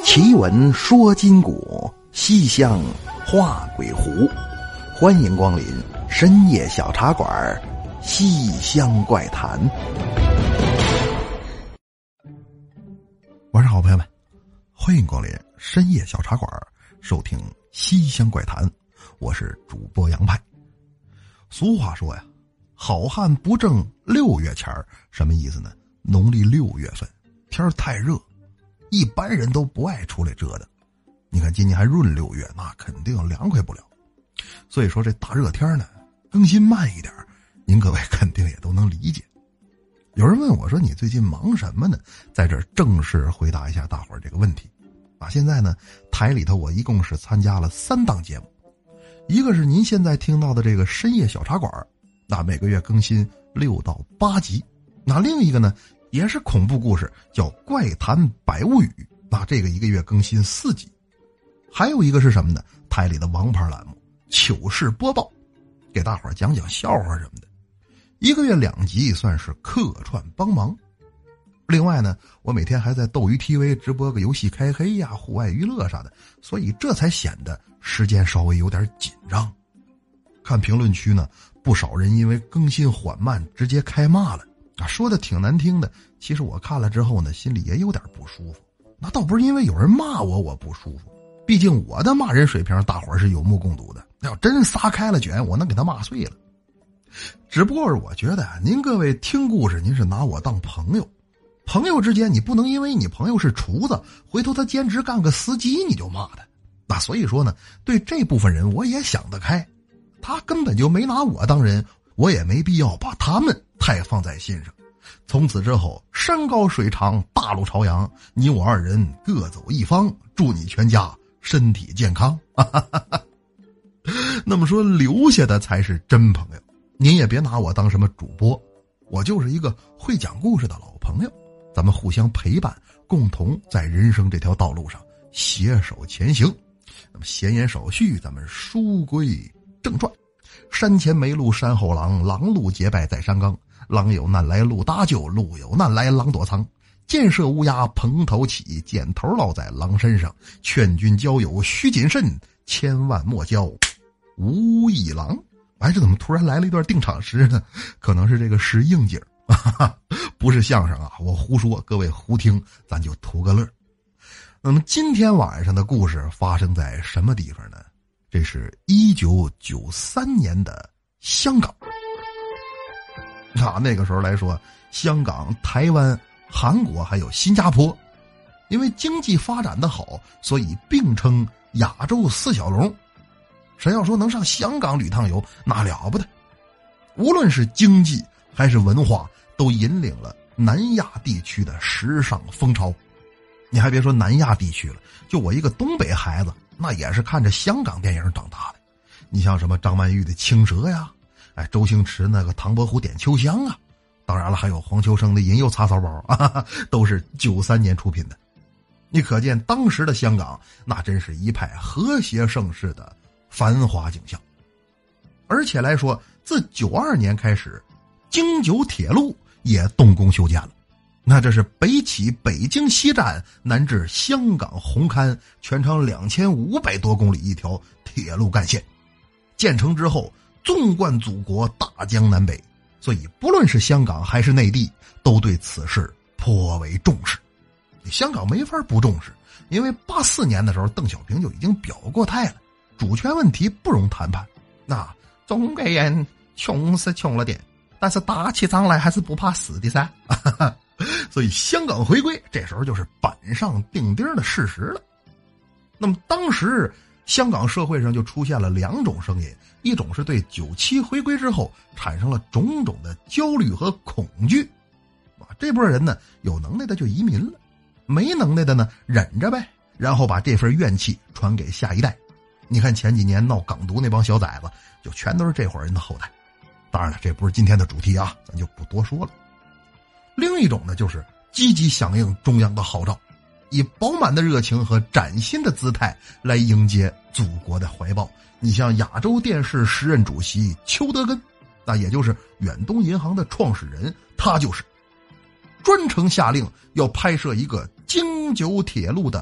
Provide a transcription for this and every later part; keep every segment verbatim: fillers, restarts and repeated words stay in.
奇闻说今古，西厢画鬼狐。欢迎光临深夜小茶馆，西厢怪谈。晚上好，朋友们，欢迎光临深夜小茶馆，收听西厢怪谈。我是主播杨派。俗话说呀，好汉不挣六月钱儿，什么意思呢？农历六月份天儿太热，一般人都不爱出来折腾。你看今年还闰六月，那肯定凉快不了。所以说这大热天呢，更新慢一点，您各位肯定也都能理解。有人问我说，你最近忙什么呢？在这儿正式回答一下大伙儿这个问题啊。现在呢，台里头我一共是参加了三档节目，一个是您现在听到的这个深夜小茶馆，那每个月更新六到八集。那另一个呢，也是恐怖故事，叫怪谈百物语，那这个一个月更新四集。还有一个是什么呢？台里的王牌栏目糗事播报，给大伙儿讲讲笑话什么的，一个月两集，算是客串帮忙。另外呢，我每天还在斗鱼 T V 直播个游戏开黑呀、户外娱乐啥的，所以这才显得时间稍微有点紧张。看评论区呢，不少人因为更新缓慢直接开骂了啊，说的挺难听的。其实我看了之后呢，心里也有点不舒服。那倒不是因为有人骂我我不舒服，毕竟我的骂人水平大伙儿是有目共睹的，要真撒开了卷，我能给他骂碎了。只不过是我觉得啊，您各位听故事您是拿我当朋友，朋友之间你不能因为你朋友是厨子，回头他兼职干个司机你就骂他。那所以说呢，对这部分人我也想得开，他根本就没拿我当人，我也没必要把他们太放在心上。从此之后，山高水长，大路朝阳，你我二人各走一方，祝你全家身体健康。那么说留下的才是真朋友，您也别拿我当什么主播，我就是一个会讲故事的老朋友，咱们互相陪伴，共同在人生这条道路上携手前行。那么闲言少叙，咱们书归正传。山前没路山后狼，狼路结拜在山岗，狼有难来路搭救，路有难来狼躲藏。箭射乌鸦蓬头起，箭头落在狼身上。劝君交友须谨慎，千万莫交无义郎。哎，这怎么突然来了一段定场诗呢？可能是这个诗应景，不是相声啊，我胡说，各位胡听，咱就图个乐。那么今天晚上的故事发生在什么地方呢？这是一九九三年的香港。啊，那个时候来说，香港、台湾、韩国还有新加坡，因为经济发展的好，所以并称亚洲四小龙。谁要说能上香港旅趟游，那了不得。无论是经济还是文化，都引领了南亚地区的时尚风潮。你还别说南亚地区了，就我一个东北孩子，那也是看着香港电影长大的。你像什么张曼玉的《青蛇》呀，哎，周星驰那个《唐伯虎点秋香》啊，当然了，还有黄秋生的《银柚擦扫包》啊，都是九三年出品的。你可见当时的香港，那真是一派和谐盛世的繁华景象。而且来说，自九二年开始，京九铁路也动工修建了。那这是北起北京西站，南至香港红磡，全长两千五百多公里一条铁路干线。建成之后，纵贯祖国，大江南北，所以不论是香港还是内地，都对此事颇为重视。香港没法不重视，因为八四年的时候，邓小平就已经表过态了，主权问题不容谈判。那中国人穷是穷了点，但是打起仗来还是不怕死的噻。所以香港回归这时候就是板上钉钉的事实了。那么当时香港社会上就出现了两种声音，一种是对九七回归之后产生了种种的焦虑和恐惧，啊，这波人呢，有能耐的就移民了，没能耐的呢忍着呗，然后把这份怨气传给下一代。你看前几年闹港独那帮小崽子，就全都是这伙人的后代。当然了，这不是今天的主题啊，咱就不多说了。另一种呢，就是积极响应中央的号召，以饱满的热情和崭新的姿态来迎接祖国的怀抱。你像亚洲电视时任主席邱德根，那也就是远东银行的创始人，他就是专程下令要拍摄一个京九铁路的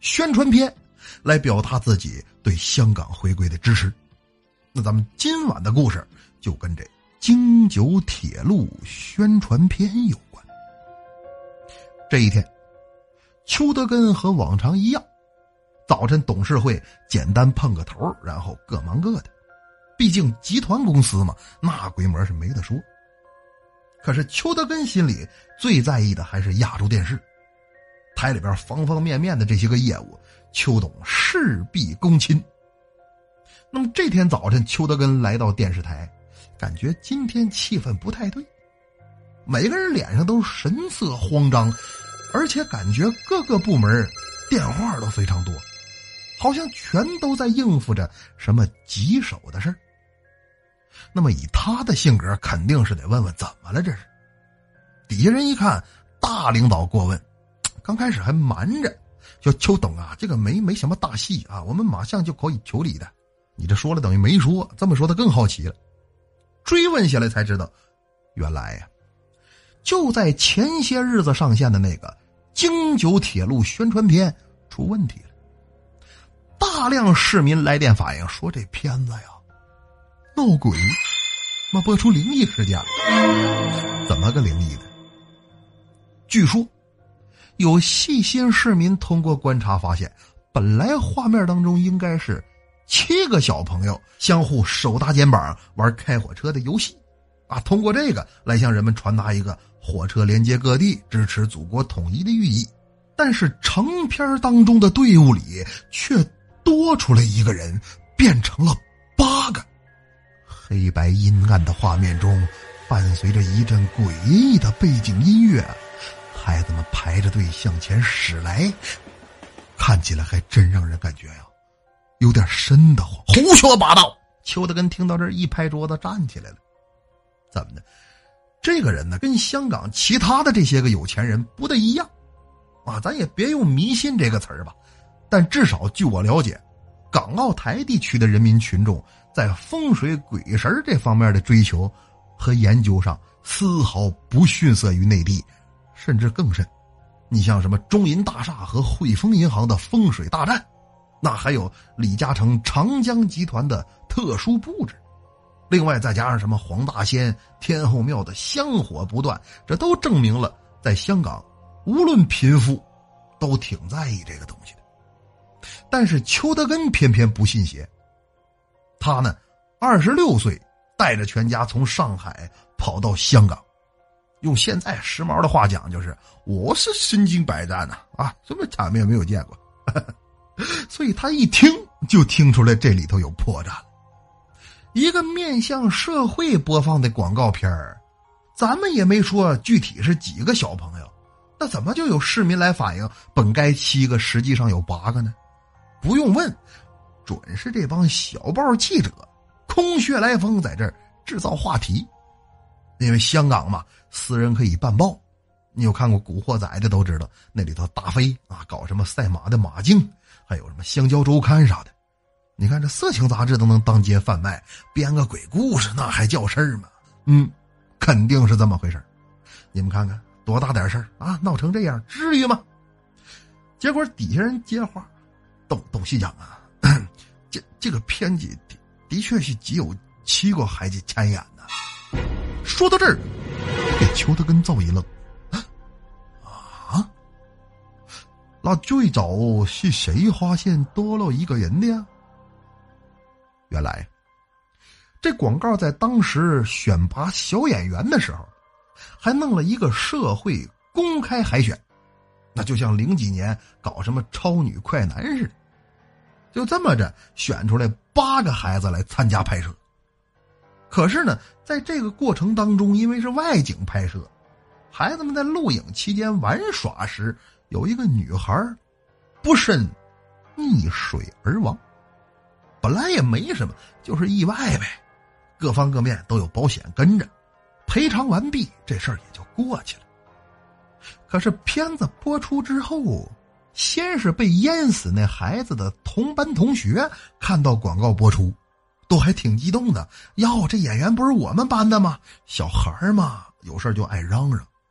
宣传片，来表达自己对香港回归的支持。那咱们今晚的故事就跟这京九铁路宣传片有关。这一天，邱德根和往常一样，早晨董事会简单碰个头，然后各忙各的。毕竟集团公司嘛，那规模是没得说。可是邱德根心里最在意的还是亚洲电视，台里边方方面面的这些个业务，邱董事必躬亲。那么这天早晨，邱德根来到电视台，感觉今天气氛不太对，每个人脸上都神色慌张，而且感觉各个部门电话都非常多，好像全都在应付着什么棘手的事儿。那么以他的性格，肯定是得问问怎么了这是。底下人一看大领导过问，刚开始还瞒着，说邱董啊，这个没没什么大戏啊，我们马上就可以处理的。你这说了等于没说，这么说他更好奇了。追问下来才知道，原来呀、啊，就在前些日子上线的那个京九铁路宣传片出问题了。大量市民来电反映说，这片子呀闹鬼，妈播出灵异事件了。怎么个灵异呢？据说有细心市民通过观察发现，本来画面当中应该是七个小朋友相互手搭肩膀玩开火车的游戏啊，通过这个来向人们传达一个火车连接各地、支持祖国统一的寓意。但是成片当中的队伍里却多出来一个人，变成了八个。黑白阴暗的画面中，伴随着一阵诡异的背景音乐，孩子们排着队向前驶来，看起来还真让人感觉呀有点瘆得慌。胡说八道！邱德根听到这儿一拍桌子站起来了。怎么的？这个人呢，跟香港其他的这些个有钱人不太一样啊，咱也别用迷信这个词儿吧，但至少据我了解，港澳台地区的人民群众在风水鬼神这方面的追求和研究上丝毫不逊色于内地，甚至更甚。你像什么中银大厦和汇丰银行的风水大战，那还有李嘉诚长江集团的特殊布置，另外再加上什么黄大仙、天后庙的香火不断，这都证明了在香港无论贫富都挺在意这个东西的。但是邱德根偏偏不信邪，他呢二十六岁带着全家从上海跑到香港，用现在时髦的话讲就是我是身经百战呐 啊, 啊什么场面没有见过所以他一听就听出来这里头有破绽了。一个面向社会播放的广告片儿，咱们也没说具体是几个小朋友，那怎么就有市民来反映本该七个实际上有八个呢？不用问，准是这帮小报记者空穴来风在这儿制造话题。因为香港嘛，私人可以办报，你有看过古惑仔的都知道，那里头大飞啊搞什么赛马的马经，还有什么香蕉周刊啥的。你看这色情杂志都能当街贩卖，编个鬼故事那还叫事儿吗？嗯，肯定是这么回事。你们看看多大点事儿啊，闹成这样至于吗？结果底下人接话，董董事长啊，这这个片子的的确是只有七个孩子参演的。说到这儿，给邱德根造一愣。啊？那最早是谁发现多了一个人的呀？原来这广告在当时选拔小演员的时候还弄了一个社会公开海选，那就像零几年搞什么超女快男似的，就这么着选出来八个孩子来参加拍摄。可是呢，在这个过程当中，因为是外景拍摄，孩子们在录影期间玩耍时，有一个女孩不慎溺水而亡。本来也没什么，就是意外呗，各方各面都有保险跟着，赔偿完毕，这事儿也就过去了。可是片子播出之后，先是被淹死那孩子的同班同学看到广告播出，都还挺激动的，哟，这演员不是我们班的吗？小孩嘛，有事就爱嚷嚷。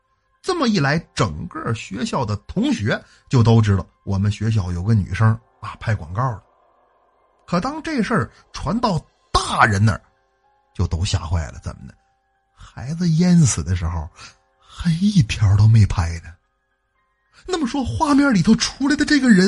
这么一来，整个学校的同学就都知道我们学校有个女生啊拍广告了。可当这事儿传到大人那儿，就都吓坏了。怎么呢？孩子淹死的时候还一条都没拍呢。那么说画面里头出来的这个人，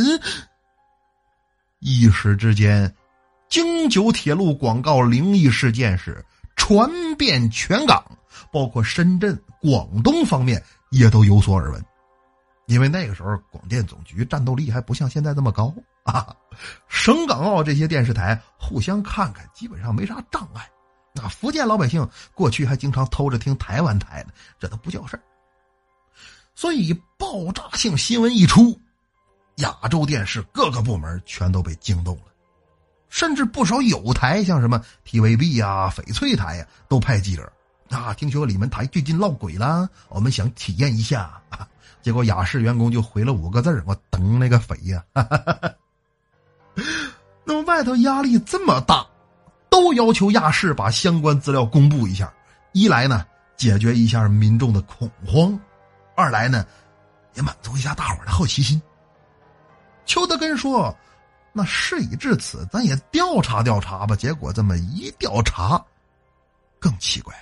一时之间京九铁路广告灵异事件是传遍全港，包括深圳、广东方面也都有所耳闻。因为那个时候广电总局战斗力还不像现在这么高啊，省港澳这些电视台互相看看基本上没啥障碍。那福建老百姓过去还经常偷着听台湾台呢，这都不叫事儿。所以爆炸性新闻一出，亚洲电视各个部门全都被惊动了，甚至不少有台像什么 T V B 啊、翡翠台啊都派记者啊，听说你们台最近闹鬼了，我们想体验一下啊。结果亚视员工就回了五个字，我等那个匪呀、啊。那么外头压力这么大，都要求亚视把相关资料公布一下，一来呢解决一下民众的恐慌，二来呢也满足一下大伙的好奇心。邱德根说，那事已至此，咱也调查调查吧。结果这么一调查，更奇怪了。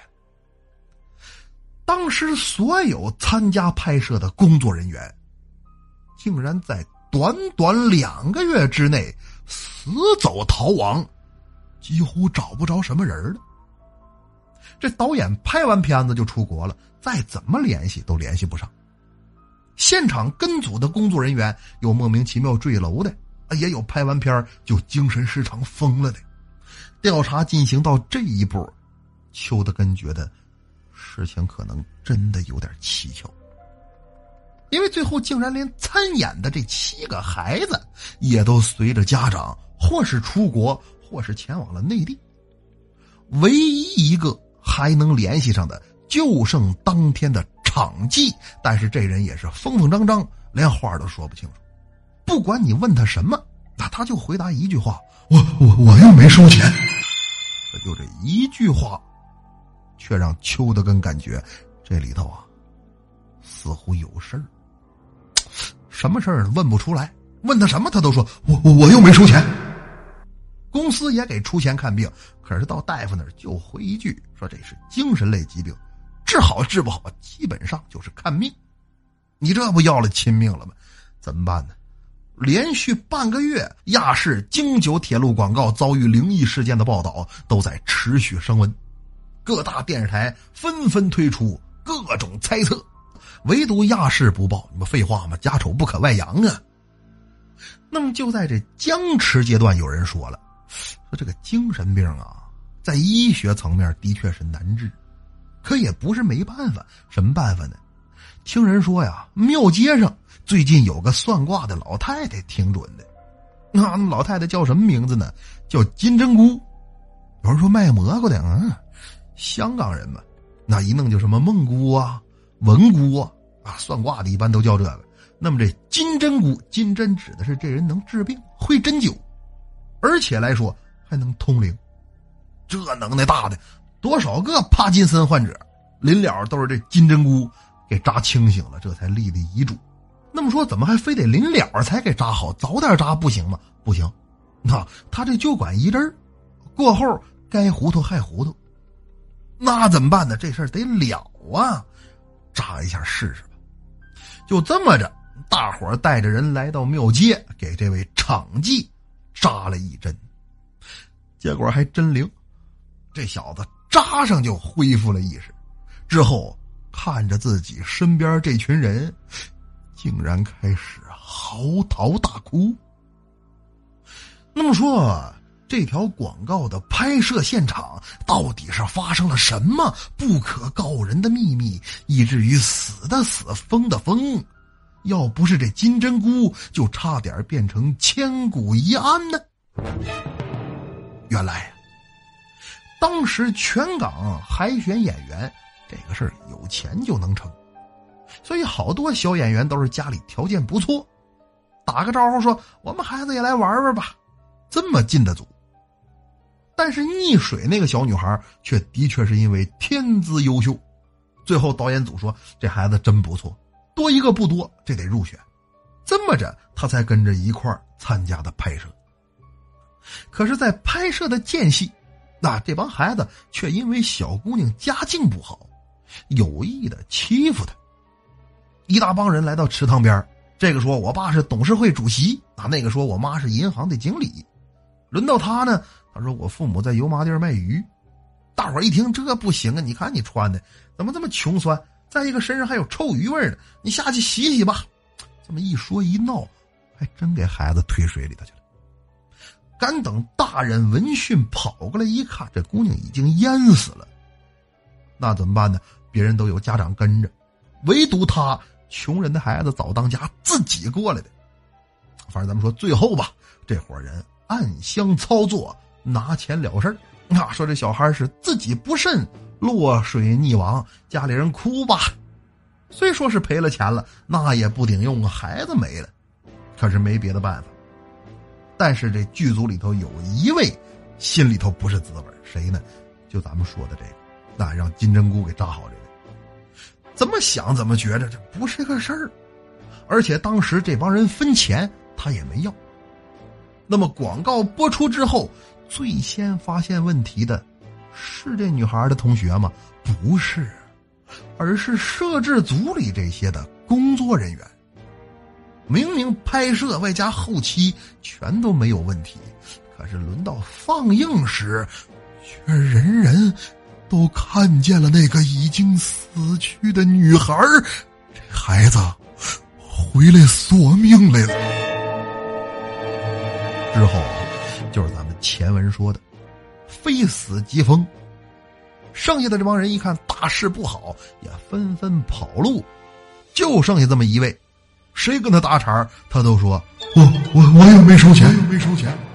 当时所有参加拍摄的工作人员，竟然在短短两个月之内死走逃亡，几乎找不着什么人了。这导演拍完片子就出国了，再怎么联系都联系不上。现场跟组的工作人员有莫名其妙坠楼的，也有拍完片就精神失常疯了的。调查进行到这一步，邱德根觉得事情可能真的有点蹊跷，因为最后竟然连参演的这七个孩子也都随着家长或是出国或是前往了内地，唯一一个还能联系上的就剩当天的场记，但是这人也是疯疯张张，连话都说不清楚。不管你问他什么，那他就回答一句话，我我我又没收钱。就这一句话却让邱德根感觉这里头啊似乎有事儿。什么事儿问不出来，问他什么他都说我我我又没收钱。公司也给出钱看病，可是到大夫那儿就回一句说这是精神类疾病，治好治不好基本上就是看命。你这不要了亲命了吗？怎么办呢？连续半个月，亚视京九铁路广告遭遇灵异事件的报道都在持续升温，各大电视台纷纷推出各种猜测，唯独亚视不报。你们废话吗？家丑不可外扬啊。那么就在这僵持阶段，有人说了，说这个精神病啊，在医学层面的确是难治，可也不是没办法。什么办法呢？听人说呀，庙街上最近有个算卦的老太太挺准的。那老太太叫什么名字呢？叫金针菇。有人说卖蘑菇的啊，香港人嘛，那一弄就什么孟菇啊、文菇啊，啊，算卦的一般都叫这个。那么这金针菇，金针指的是这人能治病，会针灸，而且来说还能通灵。这能耐大的，多少个帕金森患者临了都是这金针菇给扎清醒了，这才立的遗嘱。那么说怎么还非得临了才给扎好，早点扎不行吗？不行，那他这就管一阵儿，过后该糊涂还糊涂。那怎么办呢？这事儿得了啊，扎一下试试吧。就这么着，大伙儿带着人来到庙街，给这位场记扎了一针，结果还真灵。这小子扎上就恢复了意识，之后看着自己身边这群人，竟然开始嚎啕大哭。那么说这条广告的拍摄现场到底是发生了什么不可告人的秘密，以至于死的死，疯的疯？要不是这金针菇，就差点变成千古疑案呢。原来当时全港海选演员这个事儿有钱就能成，所以好多小演员都是家里条件不错，打个招呼说我们孩子也来玩玩吧，这么进的组。但是溺水那个小女孩却的确是因为天资优秀， 最后导演组说这孩子真不错，多一个不多，这得入选。这么着他才跟着一块儿参加的拍摄。可是在拍摄的间隙，那这帮孩子却因为小姑娘家境不好，有意的欺负她。一大帮人来到池塘边，这个说我爸是董事会主席啊，那个说我妈是银行的经理。轮到他呢，他说我父母在油麻地卖鱼。大伙儿一听这不行啊，你看你穿的怎么这么穷酸，再一个身上还有臭鱼味呢，你下去洗洗吧。这么一说一闹，还真给孩子推水里头去了。赶等大人闻讯跑过来一看，这姑娘已经淹死了。那怎么办呢？别人都有家长跟着，唯独他穷人的孩子早当家，自己过来的。反正咱们说最后吧，这伙人暗箱操作，拿钱了事儿。啊，说这小孩是自己不慎落水溺亡，家里人哭吧。虽说是赔了钱了，那也不顶用，孩子没了，可是没别的办法。但是这剧组里头有一位心里头不是滋味，谁呢？就咱们说的这个，那让金针菇给扎好这位，怎么想怎么觉着这不是个事儿，而且当时这帮人分钱他也没要。那么广告播出之后，最先发现问题的是这女孩的同学吗？不是，而是摄制组里这些的工作人员。明明拍摄外加后期全都没有问题，可是轮到放映时，却人人都看见了那个已经死去的女孩。这孩子回来索命来了。之后就是咱们前文说的非死即疯。剩下的这帮人一看大事不好，也纷纷跑路，就剩下这么一位，谁跟他搭茬他都说我我我也没收钱，我也没收钱。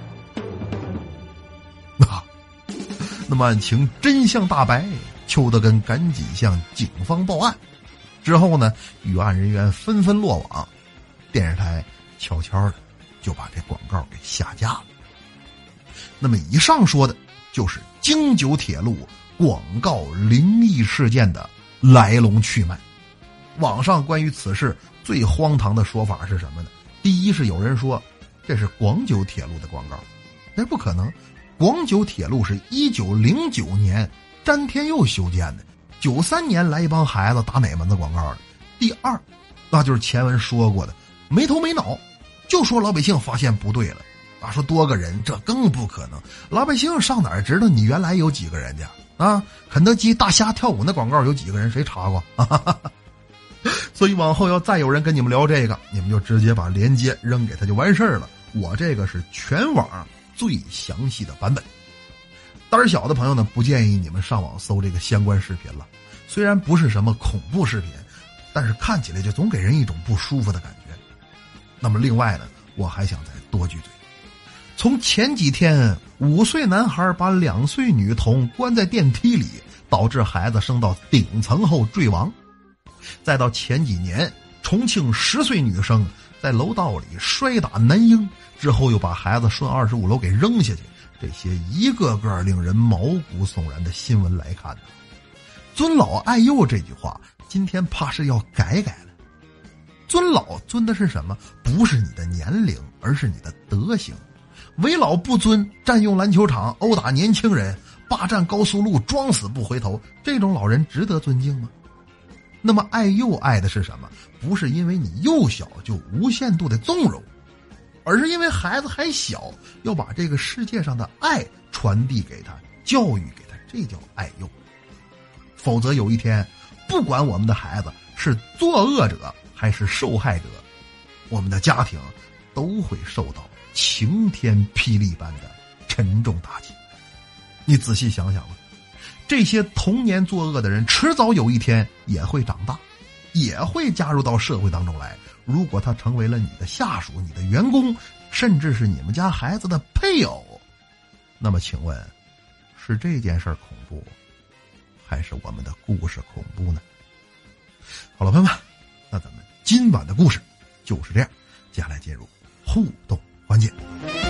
啊，那么案情真相大白，邱德根赶紧向警方报案。之后呢，与案人员纷纷落网，电视台悄悄的就把这广告给下架了。那么以上说的就是京九铁路广告灵异事件的来龙去脉。网上关于此事最荒唐的说法是什么呢？第一是有人说这是广九铁路的广告，那不可能，广九铁路是一九零九年詹天佑修建的，九三年来一帮孩子打哪门子广告的。第二，那就是前文说过的没头没脑，就说老百姓发现不对了啊，说多个人，这更不可能，老百姓上哪儿知道你原来有几个人家啊？肯德基大虾跳舞那广告有几个人，谁查过？所以往后要再有人跟你们聊这个，你们就直接把链接扔给他就完事儿了。我这个是全网最详细的版本。胆儿小的朋友呢，不建议你们上网搜这个相关视频了。虽然不是什么恐怖视频，但是看起来就总给人一种不舒服的感觉。那么另外呢，我还想再多句嘴。从前几天五岁男孩把两岁女童关在电梯里，导致孩子升到顶层后坠亡，再到前几年重庆十岁女生在楼道里摔打男婴之后，又把孩子顺二十五楼给扔下去，这些一个个令人毛骨悚然的新闻来看呢，尊老爱幼这句话今天怕是要改改了。尊老尊的是什么？不是你的年龄，而是你的德行。为老不尊，占用篮球场，殴打年轻人，霸占高速路，装死不回头，这种老人值得尊敬吗？那么爱幼爱的是什么？不是因为你幼小就无限度的纵容，而是因为孩子还小，要把这个世界上的爱传递给他，教育给他，这叫爱幼。否则有一天，不管我们的孩子是作恶者还是受害者，我们的家庭都会受到晴天霹雳般的沉重打击。你仔细想想吧，这些童年作恶的人迟早有一天也会长大，也会加入到社会当中来。如果他成为了你的下属，你的员工，甚至是你们家孩子的配偶，那么请问是这件事恐怖，还是我们的故事恐怖呢？好了朋友们，那咱们今晚的故事就是这样，接下来进入互动环节。